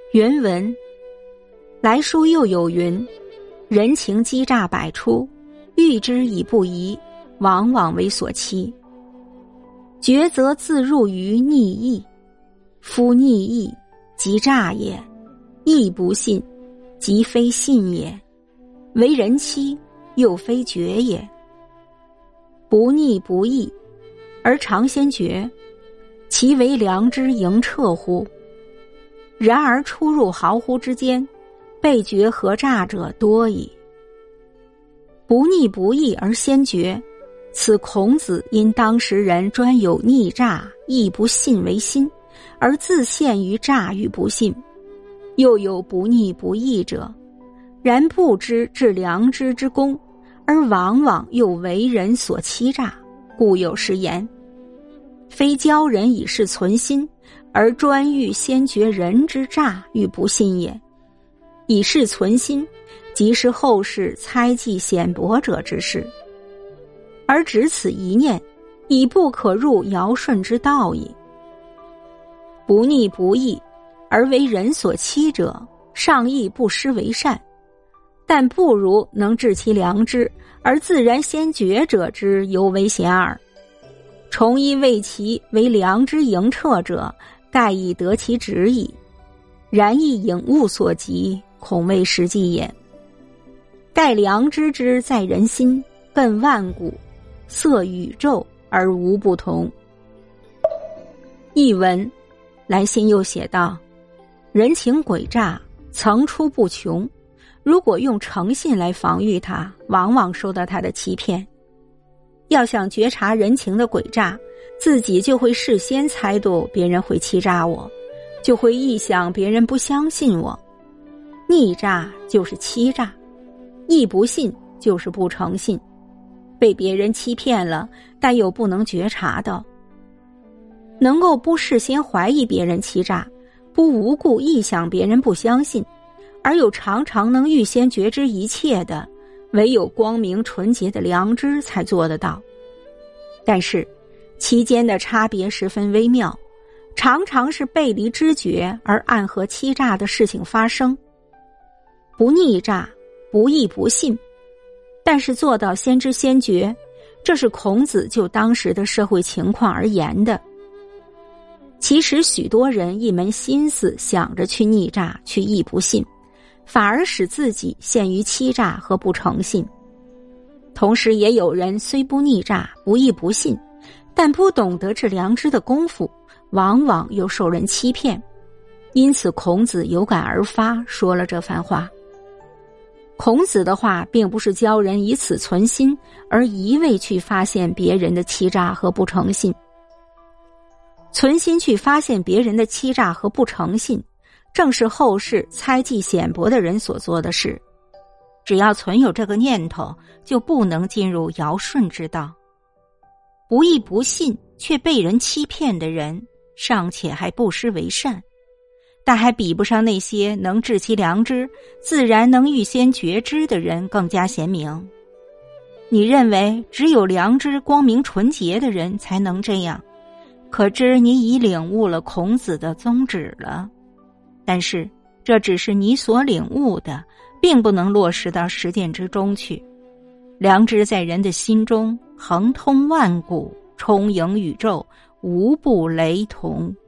原文来书又有云：人情欺诈百出，欲之以不疑，往往为所欺。抉择自入于逆意，夫逆意即诈也，意不信即非信也，为人欺又非觉也。不逆不义而常先觉，其为良知盈彻乎？然而出入毫乎之间，被觉和诈者多矣。不逆不义而先觉，此孔子因当时人专有逆诈亦不信为心，而自陷于诈与不信。又有不逆不义者，然不知治良知之功，而往往又为人所欺诈，故有是言：非教人以示存心，而专欲先觉人之诈与不信也。以示存心，即是后世猜忌显薄者之事，而只此一念，已不可入尧舜之道矣。不逆不义而为人所欺者，尚亦不失为善，但不如能治其良知而自然先觉者之尤为险耳。重一为其为良知盈彻者，盖已得其旨矣。然亦引物所及，恐谓实际也。盖良知之在人心，奔万古，色宇宙而无不同。译文来信又写道：人情诡诈层出不穷，如果用诚信来防御它，往往受到它的欺骗。要想觉察人情的诡诈，自己就会事先猜度别人会欺诈我，就会臆想别人不相信我。逆诈就是欺诈，意不信就是不诚信，被别人欺骗了，但又不能觉察到。能够不事先怀疑别人欺诈，不无故臆想别人不相信，而又常常能预先觉知一切的，唯有光明纯洁的良知才做得到。但是其间的差别十分微妙，常常是背离知觉而暗合欺诈的事情发生。不逆诈，不义不信，但是做到先知先觉，这是孔子就当时的社会情况而言的。其实许多人一门心思想着去逆诈去义不信，反而使自己陷于欺诈和不诚信。同时也有人虽不逆诈不义不信，但不懂得治良知的功夫，往往又受人欺骗。因此孔子有感而发，说了这番话。孔子的话并不是教人以此存心，而一味去发现别人的欺诈和不诚信。存心去发现别人的欺诈和不诚信，正是后世猜忌显薄的人所做的事。只要存有这个念头，就不能进入尧舜之道。不义不信却被人欺骗的人，尚且还不失为善，但还比不上那些能治其良知，自然能预先觉知的人更加贤明。你认为只有良知光明纯洁的人才能这样，可知你已领悟了孔子的宗旨了。但是这只是你所领悟的，并不能落实到实践之中去。良知在人的心中，恒通万古，充盈宇宙，无不雷同。